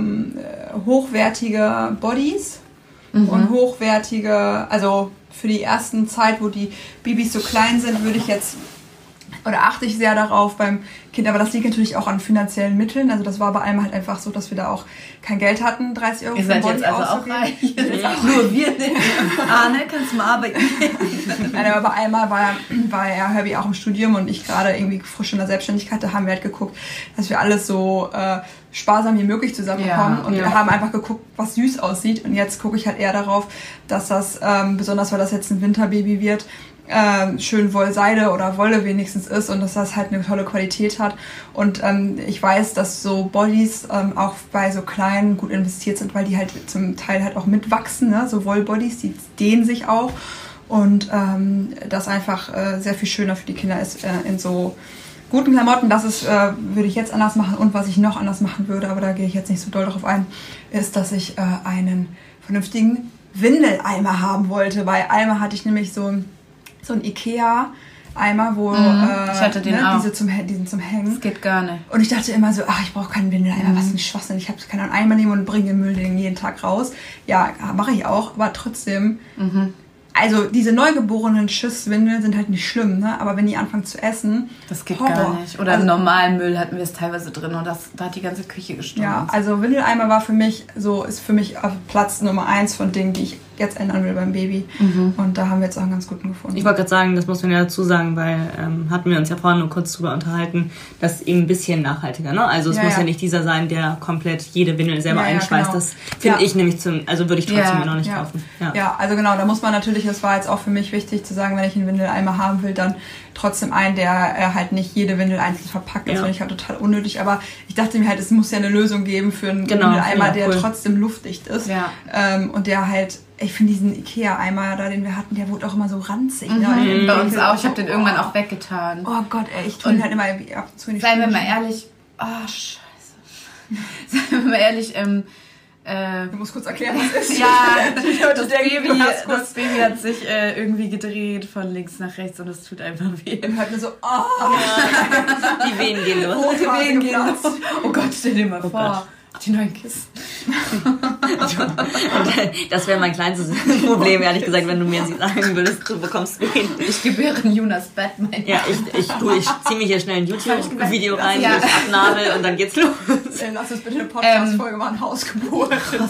hochwertige Bodies und hochwertige, also für die ersten Zeit, wo die Babys so klein sind, würde ich jetzt, oder achte ich sehr darauf beim Kind, aber das liegt natürlich auch an finanziellen Mitteln. Also das war bei Alma halt einfach so, dass wir da auch kein Geld hatten, 30 Euro Ihr für seid Body jetzt also auch auszugeben. reich. Nur wir nicht. Arne, kannst du mal arbeiten? Nein, aber bei Alma war ja Herbie auch im Studium und ich gerade irgendwie frisch in der Selbstständigkeit, da haben wir halt geguckt, dass wir alles so sparsam wie möglich zusammenbekommen und wir haben einfach geguckt, was süß aussieht und jetzt gucke ich halt eher darauf, dass das, besonders weil das jetzt ein Winterbaby wird, schön Wollseide oder Wolle wenigstens ist und dass das halt eine tolle Qualität hat und ich weiß, dass so Bodies auch bei so kleinen gut investiert sind, weil die halt zum Teil halt auch mitwachsen, ne? So Wollbodies, die dehnen sich auch und das einfach sehr viel schöner für die Kinder ist in so guten Klamotten. Das ist, würde ich jetzt anders machen und was ich noch anders machen würde, aber da gehe ich jetzt nicht so doll drauf ein, ist, dass ich einen vernünftigen Windeleimer haben wollte. Bei Alma hatte ich nämlich so ein Ikea-Eimer, wo ich hatte den auch. diesen zum Hängen. Das geht gar nicht. Und ich dachte immer so, ach, ich brauche keinen Windeleimer, was ein Schwachsinn. Ich kann einen Eimer nehmen und bringe den Müll jeden Tag raus. Ja, mache ich auch, aber trotzdem... Also diese neugeborenen Schusswindeln sind halt nicht schlimm, ne? Aber wenn die anfangen zu essen... Das geht gar nicht. Oder im normalen Müll hatten wir es teilweise drin und da hat die ganze Küche gestunken. Ja, also Windeleimer war ist für mich auf Platz Nummer 1 von Dingen, die ich jetzt ändern will beim Baby. Und da haben wir jetzt auch einen ganz guten gefunden. Ich wollte gerade sagen, das muss man ja dazu sagen, weil hatten wir uns ja vorhin nur kurz drüber unterhalten, das ist eben ein bisschen nachhaltiger, ne? Also es muss ja nicht dieser sein, der komplett jede Windel selber einschweißt. Genau. Das finde ich nämlich würde ich trotzdem mir noch nicht kaufen. Ja, also genau, da muss man natürlich, das war jetzt auch für mich wichtig zu sagen, wenn ich einen Windeleimer haben will, dann trotzdem einen, der halt nicht jede Windel einzeln verpackt. Das finde ich halt total unnötig. Aber ich dachte mir halt, es muss ja eine Lösung geben für einen Windeleimer, der trotzdem luftdicht ist. Ja. Und der halt, ich finde diesen Ikea-Eimer da, den wir hatten, der wurde auch immer so ranzig. Bei uns auch. Ich habe den irgendwann auch weggetan. Oh Gott, ey, ich tue ihn halt immer ab und zu in die Seien wir mal ehrlich. Oh, scheiße. Seien wir mal ehrlich, du musst kurz erklären, was ist. Ja, das Baby hat sich irgendwie gedreht von links nach rechts und es tut einfach weh. Dann hört nur so, die Wehen gehen los. Die Wehen gehen los. Oh Gott, stell dir mal vor. Die neuen Kissen. Das wäre mein kleinstes Problem, ehrlich gesagt, wenn du mir sagen würdest, du bekommst wen. Ich gebäre in Jonas Bett. Ja, ich ziehe mir hier schnell ein YouTube-Video rein, ja. Ich abnabel und dann geht's los. Lass uns bitte eine Podcast-Folge machen, Hausgeburt.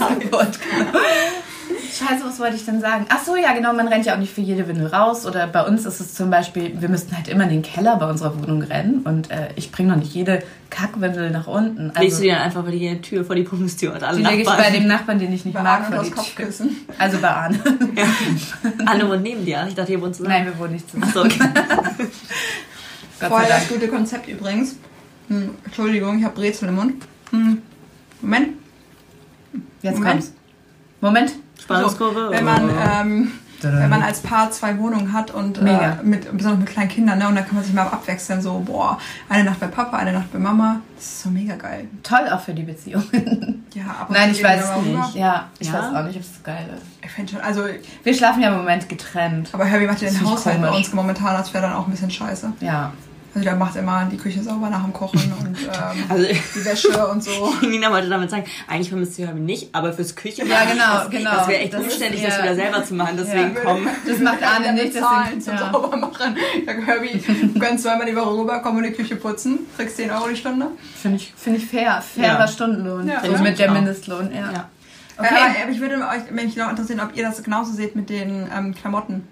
Scheiße, was wollte ich denn sagen? Ach so, ja genau, man rennt ja auch nicht für jede Windel raus. Oder bei uns ist es zum Beispiel, wir müssten halt immer in den Keller bei unserer Wohnung rennen. Und ich bringe noch nicht jede Kackwindel nach unten. Also, legst du die dann einfach vor die Tür, vor die Pumpstür und alle Nachbarn? Die lege ich bei dem Nachbarn, den ich nicht mag, vor die Kopfkissen. Also bei Arne. Ja. Arne wohnt neben dir. Ich dachte, ihr wohnt zusammen. Nein, wir wohnen nicht zusammen. Ach so, okay. Voll das gute Konzept übrigens. Entschuldigung, ich habe Brezel im Mund. Moment. Jetzt kommt's. Moment. Spannungskurve. So, wenn man als Paar 2 Wohnungen hat und besonders mit kleinen Kindern, ne, und dann kann man sich mal abwechseln, so, boah, eine Nacht bei Papa, eine Nacht bei Mama. Das ist so mega geil. Toll auch für die Beziehung. Ja, aber nein, ich weiß es nicht. Ja, ich weiß auch nicht, ob es so geil ist. Ich finde schon, also... Wir schlafen ja im Moment getrennt. Aber Herbie macht ja den Haushalt bei uns momentan, das wäre dann auch ein bisschen scheiße. Ja. Also der macht immer die Küche sauber nach dem Kochen und die Wäsche und so. Nina wollte damit sagen, eigentlich vermisst du Herbie nicht, aber fürs Küche ja, genau. Das wäre echt umständlich, das wieder selber zu machen, deswegen komm. Das macht Arne nicht, deswegen zum sauber machen. Ich sage, Herbie, du kannst 2-mal die Woche rüberkommen und die Küche putzen. Kriegst 10 € die Stunde. Finde ich fair. Fairer Stundenlohn. Ja, also mit der Mindestlohn, ja. Okay. Aber ich würde mich noch interessieren, ob ihr das genauso seht mit den Klamotten.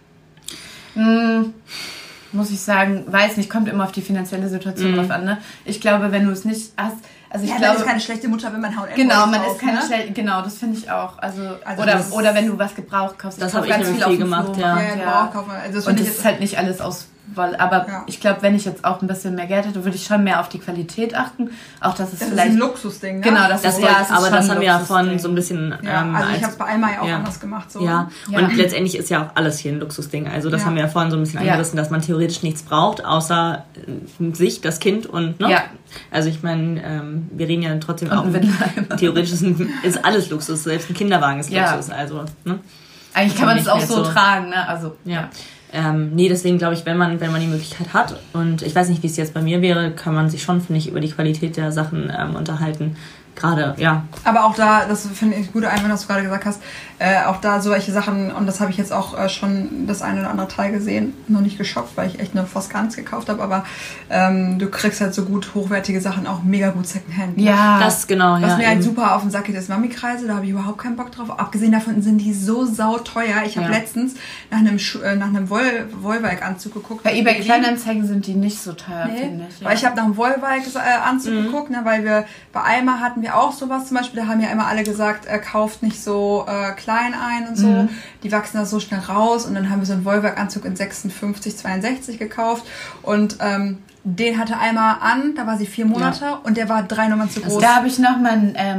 Muss ich sagen, weiß nicht, kommt immer auf die finanzielle Situation drauf an, ne? Ich glaube, wenn du es nicht hast, also ich glaube, man ist keine schlechte Mutter, wenn man H&M genau, man ist keine schlechte, genau, das finde ich auch, also oder wenn du was gebraucht kaufst, das habe ich nämlich viel gemacht, ja. Also und das ist halt nicht alles aus, aber ich glaube, wenn ich jetzt auch ein bisschen mehr Geld hätte, würde ich schon mehr auf die Qualität achten, auch dass es das vielleicht ist ein Luxusding, ne? Genau, das aber das haben wir ja von so ein bisschen also ich habe es bei Alma ja auch anders gemacht, so. Ja, und letztendlich ist ja auch alles hier ein Luxusding, also das haben wir ja vorhin so ein bisschen angerissen, dass man theoretisch nichts braucht, außer sich, das Kind und, ne? Ja. Also ich meine, wir reden ja trotzdem auch, theoretisch ist alles Luxus, selbst ein Kinderwagen ist Luxus, also, ne? Eigentlich kann man es auch so tragen, ne? Also, ja. Nee, deswegen glaube ich, wenn man die Möglichkeit hat, und ich weiß nicht, wie es jetzt bei mir wäre, kann man sich schon, finde ich, über die Qualität der Sachen unterhalten. Gerade, ja. Aber auch da, das finde ich gut, Einwand, was du gerade gesagt hast, auch da solche Sachen, und das habe ich jetzt auch schon das eine oder andere Teil gesehen, noch nicht geschockt, weil ich echt nur fast gar nichts gekauft habe, aber du kriegst halt so gut hochwertige Sachen auch mega gut Secondhand. Ja, das genau, was mir halt super auf den Sack geht, ist Mami-Kreise, da habe ich überhaupt keinen Bock drauf. Abgesehen davon sind die so sauteuer. Ich habe letztens nach einem Wollwalk-Anzug geguckt. Bei eBay Kleinanzeigen sind die nicht so teuer, finde ich. Ja. Weil ich habe nach einem Wollwalk-Anzug geguckt, ne, weil wir bei Alma hatten wir auch sowas zum Beispiel, da haben ja immer alle gesagt, kauft nicht so klein ein und so. Die wachsen da so schnell raus, und dann haben wir so einen Wollwalk-Anzug in 56, 62 gekauft, und den hatte Alma an, da war sie 4 Monate und der war 3 Nummern zu groß. Da habe ich noch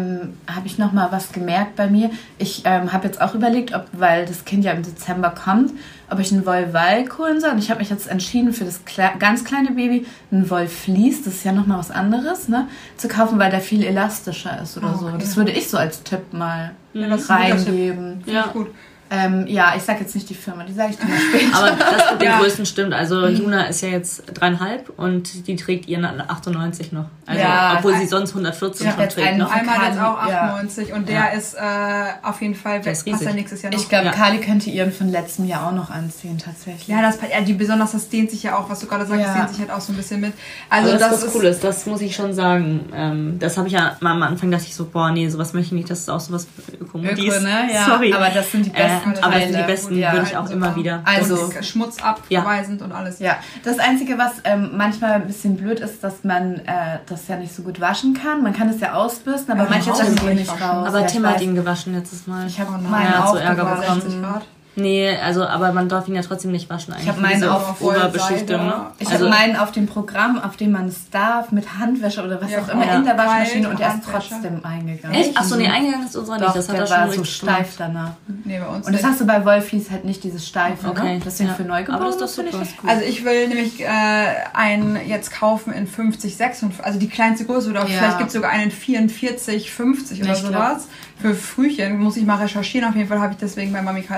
mal was gemerkt bei mir. Ich habe jetzt auch überlegt, weil das Kind ja im Dezember kommt, ob ich einen Wollwalk holen soll. Und ich habe mich jetzt entschieden, für das ganz kleine Baby einen Wollfleece, das ist ja noch mal was anderes, ne, zu kaufen, weil der viel elastischer ist oder so. Das würde ich so als Tipp mal reingeben. Ja, gut. Ich sag jetzt nicht die Firma, die sage ich dir mal später. Aber das mit den Größen stimmt. Also Juna ist ja jetzt 3,5 und die trägt ihren 98 noch. Also obwohl sie sonst 114 schon trägt noch. Einmal jetzt auch 98 und der ist auf jeden Fall passt ja nächstes Jahr noch. Ich glaube, Kali könnte ihren von letztem Jahr auch noch anziehen, tatsächlich. Ja, besonders das dehnt sich ja auch, was du gerade sagst, das dehnt sich halt auch so ein bisschen mit. Also das ist was Cooles, das muss ich schon sagen. Das habe ich ja mal am Anfang, dachte ich so, boah, nee, sowas möchte ich nicht, das ist auch sowas Öko-Modis. Ne? Ja. Sorry. Aber das sind die besten aber das sind die besten, würde ich auch immer wieder. Also Schmutz abweisend und alles. Ja, das Einzige, was manchmal ein bisschen blöd ist, dass man das ja nicht so gut waschen kann. Man kann es ja ausbürsten, aber manche Sachen gehen nicht raus. Aber Tim hat ihn gewaschen letztes Mal. Ich habe meinen auch so Ärger bekommen. Nee, aber man darf ihn ja trotzdem nicht waschen eigentlich. Ich habe meinen auf Oberbeschichtung, ne? Ich habe meinen auf dem Programm, auf dem man es darf, mit Handwäsche oder was auch immer in der Waschmaschine, und er ist trotzdem eingegangen. Echt? Achso, nee, eingegangen ist unserer nicht. Das hat er schon so steif danach. Nee, bei uns und das hast du bei Wollfleece halt nicht, dieses Steife, ne? Deswegen für Neugeborene. Aber das ist doch super. Also ich will nämlich einen jetzt kaufen in 50, 56, also die kleinste Größe, oder vielleicht gibt es sogar einen 44, 50 oder sowas. Für Frühchen muss ich mal recherchieren. Auf jeden Fall habe ich deswegen bei Mami Kreise letztens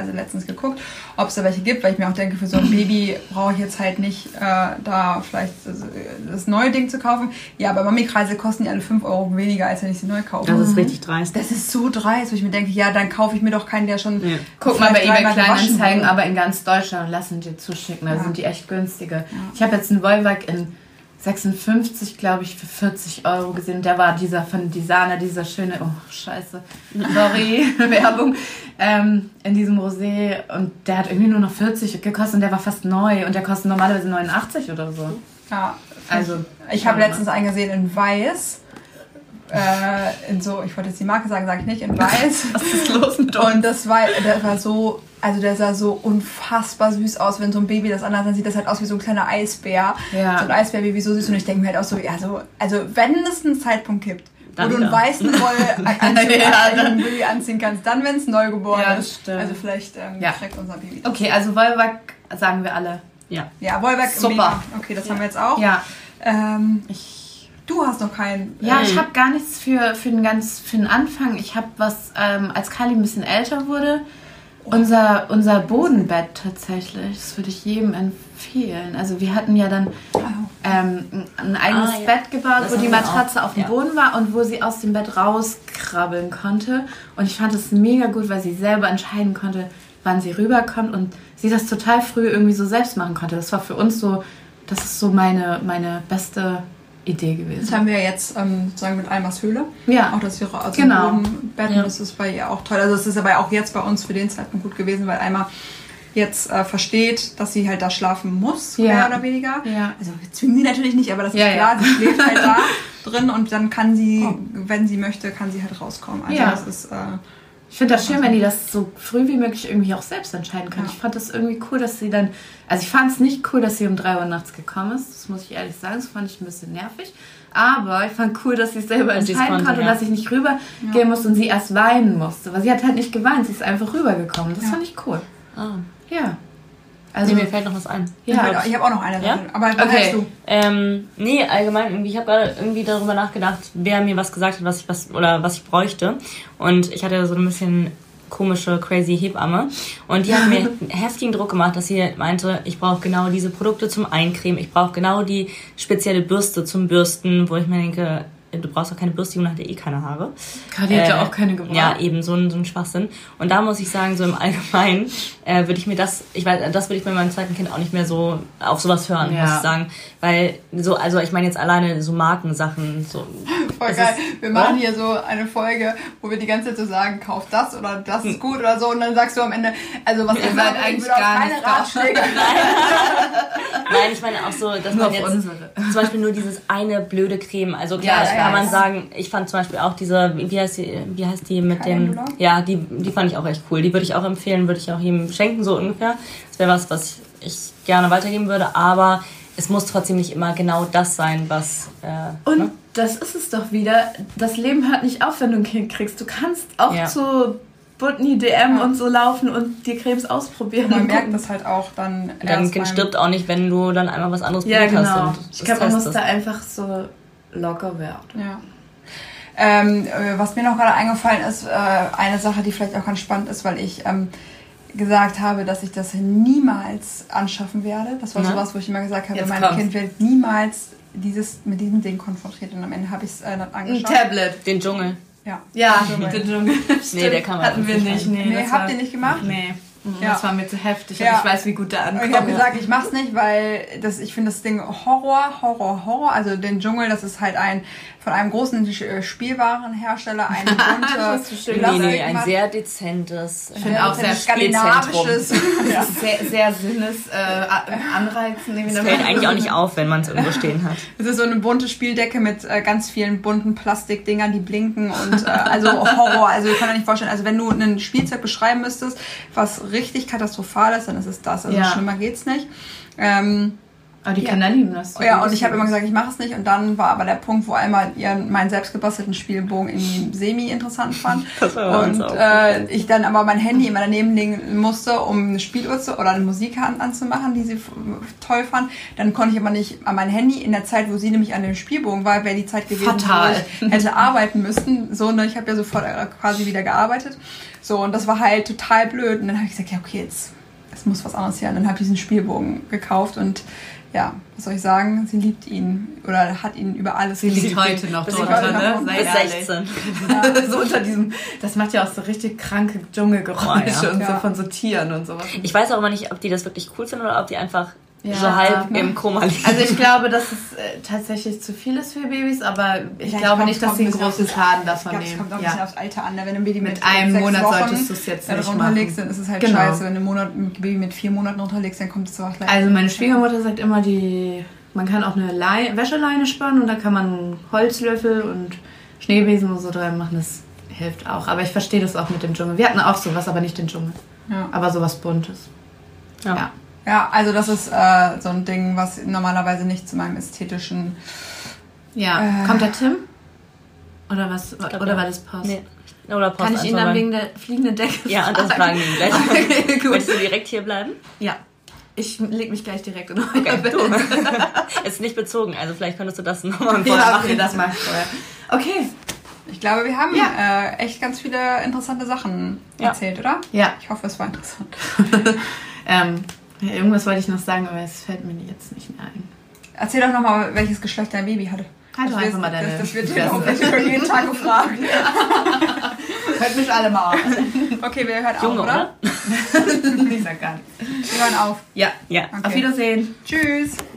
geguckt, ob es da welche gibt, weil ich mir auch denke, für so ein Baby brauche ich jetzt halt nicht da vielleicht das neue Ding zu kaufen. Ja, aber Mami-Kreise kosten die alle 5 Euro weniger, als wenn ich sie neu kaufe. Das ist richtig dreist. Das ist so dreist, wo ich mir denke, ja, dann kaufe ich mir doch keinen, der schon... Ja. Guck mal bei eBay Kleinanzeigen, aber in ganz Deutschland und lassen dir zuschicken. Da sind die echt günstige. Ja. Ich habe jetzt einen Volvac in 56, glaube ich, für 40 Euro gesehen. Der war dieser von Designer, dieser schöne, oh scheiße, sorry, Werbung, in diesem Rosé. Und der hat irgendwie nur noch 40 gekostet und der war fast neu. Und der kostet normalerweise 89 oder so. Ja, also ich habe letztens einen gesehen in weiß. In so, ich wollte jetzt die Marke sagen, sage ich nicht, in weiß. Was ist los mit uns? Und der war so, also der sah so unfassbar süß aus, wenn so ein Baby das anhat, dann sieht das halt aus wie so ein kleiner Eisbär. Ja. So ein Eisbärbaby, so süß. Und ich denke mir halt auch so, ja, so, also wenn es einen Zeitpunkt gibt, wo du einen weißen Baby anziehen kannst, dann, wenn es neugeboren ist. Stimmt. Also vielleicht schreckt unser Baby das. Okay, also Volvac sagen wir alle. Ja, Volvac. Super. Mega. Okay, das haben wir jetzt auch. Ja. Du hast noch keinen... Ja, ich habe gar nichts für den Anfang. Ich habe was, als Kylie ein bisschen älter wurde, unser Bodenbett tatsächlich. Das würde ich jedem empfehlen. Also wir hatten ja dann ein eigenes Bett gebaut, wo die Matratze auf dem Boden war und wo sie aus dem Bett rauskrabbeln konnte. Und ich fand es mega gut, weil sie selber entscheiden konnte, wann sie rüberkommt und sie das total früh irgendwie so selbst machen konnte. Das war für uns so, das ist so meine beste Idee gewesen. Das haben wir jetzt sozusagen mit Almas Höhle. Ja. Auch das ihre Bodenbett. Ja. Das ist bei ihr auch toll. Also das ist aber auch jetzt bei uns für den Zeitpunkt gut gewesen, weil Alma jetzt versteht, dass sie halt da schlafen muss, mehr oder weniger. Ja. Also wir zwingen sie natürlich nicht, aber das ist klar, sie schläft halt da drin und dann kann sie, wenn sie möchte, kann sie halt rauskommen. Also das ist... ich finde das schön, wenn die das so früh wie möglich irgendwie auch selbst entscheiden können. Ja. Ich fand das irgendwie cool, dass sie dann... Also ich fand es nicht cool, dass sie um 3 Uhr nachts gekommen ist. Das muss ich ehrlich sagen. Das fand ich ein bisschen nervig. Aber ich fand cool, dass sie es selber entscheiden konnte und dass ich nicht rübergehen musste und sie erst weinen musste. Weil sie hat halt nicht geweint. Sie ist einfach rübergekommen. Das fand ich cool. Ja. Also mir fällt noch was ein. Ja, ich habe auch noch eine Sache. Ja? Aber was hast du? Nee, allgemein irgendwie. Ich habe gerade irgendwie darüber nachgedacht, wer mir was gesagt hat, was ich bräuchte. Und ich hatte so ein bisschen komische, crazy Hebamme. Und die hat mir heftigen Druck gemacht, dass sie meinte, ich brauche genau diese Produkte zum Eincremen. Ich brauche genau die spezielle Bürste zum Bürsten, wo ich mir denke, du brauchst doch keine Bürste, Juna hat ja keine Haare. Die hat ja auch keine gebraucht. Ja, eben, so ein Schwachsinn. Und da muss ich sagen, so im Allgemeinen würde ich mir das würde ich bei meinem zweiten Kind auch nicht mehr so auf sowas hören, muss ich sagen. Weil so, also ich meine jetzt alleine so Markensachen. So, voll geil. Wir machen hier so eine Folge, wo wir die ganze Zeit so sagen, kauf das oder das ist gut oder so. Und dann sagst du am Ende, also was ihr seid eigentlich gar keine Ratschläge. Nein, ich meine auch so, dass nur man jetzt zum Beispiel nur dieses eine blöde Creme, also klar, kann man sagen, ich fand zum Beispiel auch diese, wie heißt die mit dem, ja, die fand ich auch echt cool. Die würde ich auch empfehlen, würde ich auch jedem schenken, so ungefähr. Das wäre was ich gerne weitergeben würde, aber es muss trotzdem nicht immer genau das sein, was... Und das ist es doch wieder, das Leben hört nicht auf, wenn du ein Kind kriegst. Du kannst auch zu Butni, DM und so laufen und die Cremes ausprobieren. Man merkt das halt auch dann. Dein Kind stirbt auch nicht, wenn du dann einmal was anderes probiert hast. Und ich glaube, man muss da einfach so locker werden. Ja. Was mir noch gerade eingefallen ist, eine Sache, die vielleicht auch ganz spannend ist, weil ich gesagt habe, dass ich das niemals anschaffen werde. Das war sowas, wo ich immer gesagt habe, mein Kind wird niemals mit diesem Ding konfrontiert. Und am Ende habe ich es dann angeschaut. Ein Tablet. Den Dschungel. Ja, den Dschungel. Nee, der kann man hatten wir nicht. Nee, habt ihr nicht gemacht? Nee. Das war mir zu heftig. Ja. Ich weiß, wie gut der ankommt. Und ich habe gesagt, ich mach's nicht, weil ich finde das Ding Horror. Also den Dschungel, das ist halt von einem großen Spielwarenhersteller eine bunte ein sehr dezentes, ich finde auch sehr skandinavisches, sehr sinnesanreizend. Das fällt eigentlich auch nicht auf, wenn man es irgendwo stehen hat. Es ist so eine bunte Spieldecke mit ganz vielen bunten Plastikdingern, die blinken und also Horror. Also ich kann mir nicht vorstellen, also wenn du ein Spielzeug beschreiben müsstest, was richtig katastrophal ist, dann ist es das. Also schlimmer geht's nicht. Aber die Kinder lieben das. Ja, und ich habe immer gesagt, ich mache es nicht. Und dann war aber der Punkt, wo einmal meinen selbstgebastelten Spielbogen irgendwie semi-interessant fand. Das war und ich dann aber mein Handy immer daneben legen musste, um eine Spieluhr oder eine Musik anzumachen, die sie toll fand. Dann konnte ich aber nicht an mein Handy in der Zeit, wo sie nämlich an dem Spielbogen war, wäre die Zeit gewesen, Fatal. wo ich hätte arbeiten müssen. So, ne, ich habe ja sofort quasi wieder gearbeitet. So, und das war halt total blöd. Und dann habe ich gesagt, ja, okay, jetzt es muss was anderes her. Und dann habe ich diesen Spielbogen gekauft und ja, was soll ich sagen? Sie liebt ihn oder hat ihn über alles geliebt. Sie liegt heute noch drunter, ne? Bis 16. Ja. So unter diesem, das macht ja auch so richtig kranke Dschungelgeräusche und so von so Tieren und sowas. Ich weiß auch immer nicht, ob die das wirklich cool finden oder ob die einfach so halb im Koma liegen. Also ich glaube, dass es tatsächlich zu viel ist für Babys, aber ich glaube nicht, dass sie einen großen Schaden davon nehmen. Es kommt auch ein bisschen aufs Alter an. Wenn ein Baby mit einem 6 Monat Wochen solltest du es jetzt nicht runterlegst, dann ist es halt scheiße. Wenn du ein Baby mit 4 Monaten runterlegst, dann kommt es auch gleich. Also meine Schwiegermutter sagt immer, man kann auch eine Wäscheleine spannen und da kann man Holzlöffel und Schneebesen und so dran machen. Das hilft auch. Aber ich verstehe das auch mit dem Dschungel. Wir hatten auch sowas, aber nicht den Dschungel. Ja. Aber sowas Buntes. Ja. Ja, also das ist so ein Ding, was normalerweise nicht zu meinem ästhetischen... Ja, kommt der Tim? Oder was? Oder war das Post? Nee. Oder Post. Kann ich ihn dann wegen der fliegenden Decke fragen? Ja, das fragen wir ihn gleich. Okay, gut. Möchtest du direkt hier bleiben? Ja. Ich leg mich gleich direkt in euer Bett. Es ist nicht bezogen, also vielleicht könntest du das nochmal machen. Das mach ich vorher. Okay. Ich glaube, wir haben echt ganz viele interessante Sachen erzählt, oder? Ja. Ich hoffe, es war interessant. Irgendwas wollte ich noch sagen, aber es fällt mir jetzt nicht mehr ein. Erzähl doch nochmal, welches Geschlecht dein Baby hatte. Halt doch einfach mal deine... Das wird jeden Tag gefragt. Hört mich alle mal auf. Okay, wir hören Junge, auf, oder? Ich sag gar nichts. Wir hören auf. Ja. Okay. Auf Wiedersehen. Tschüss.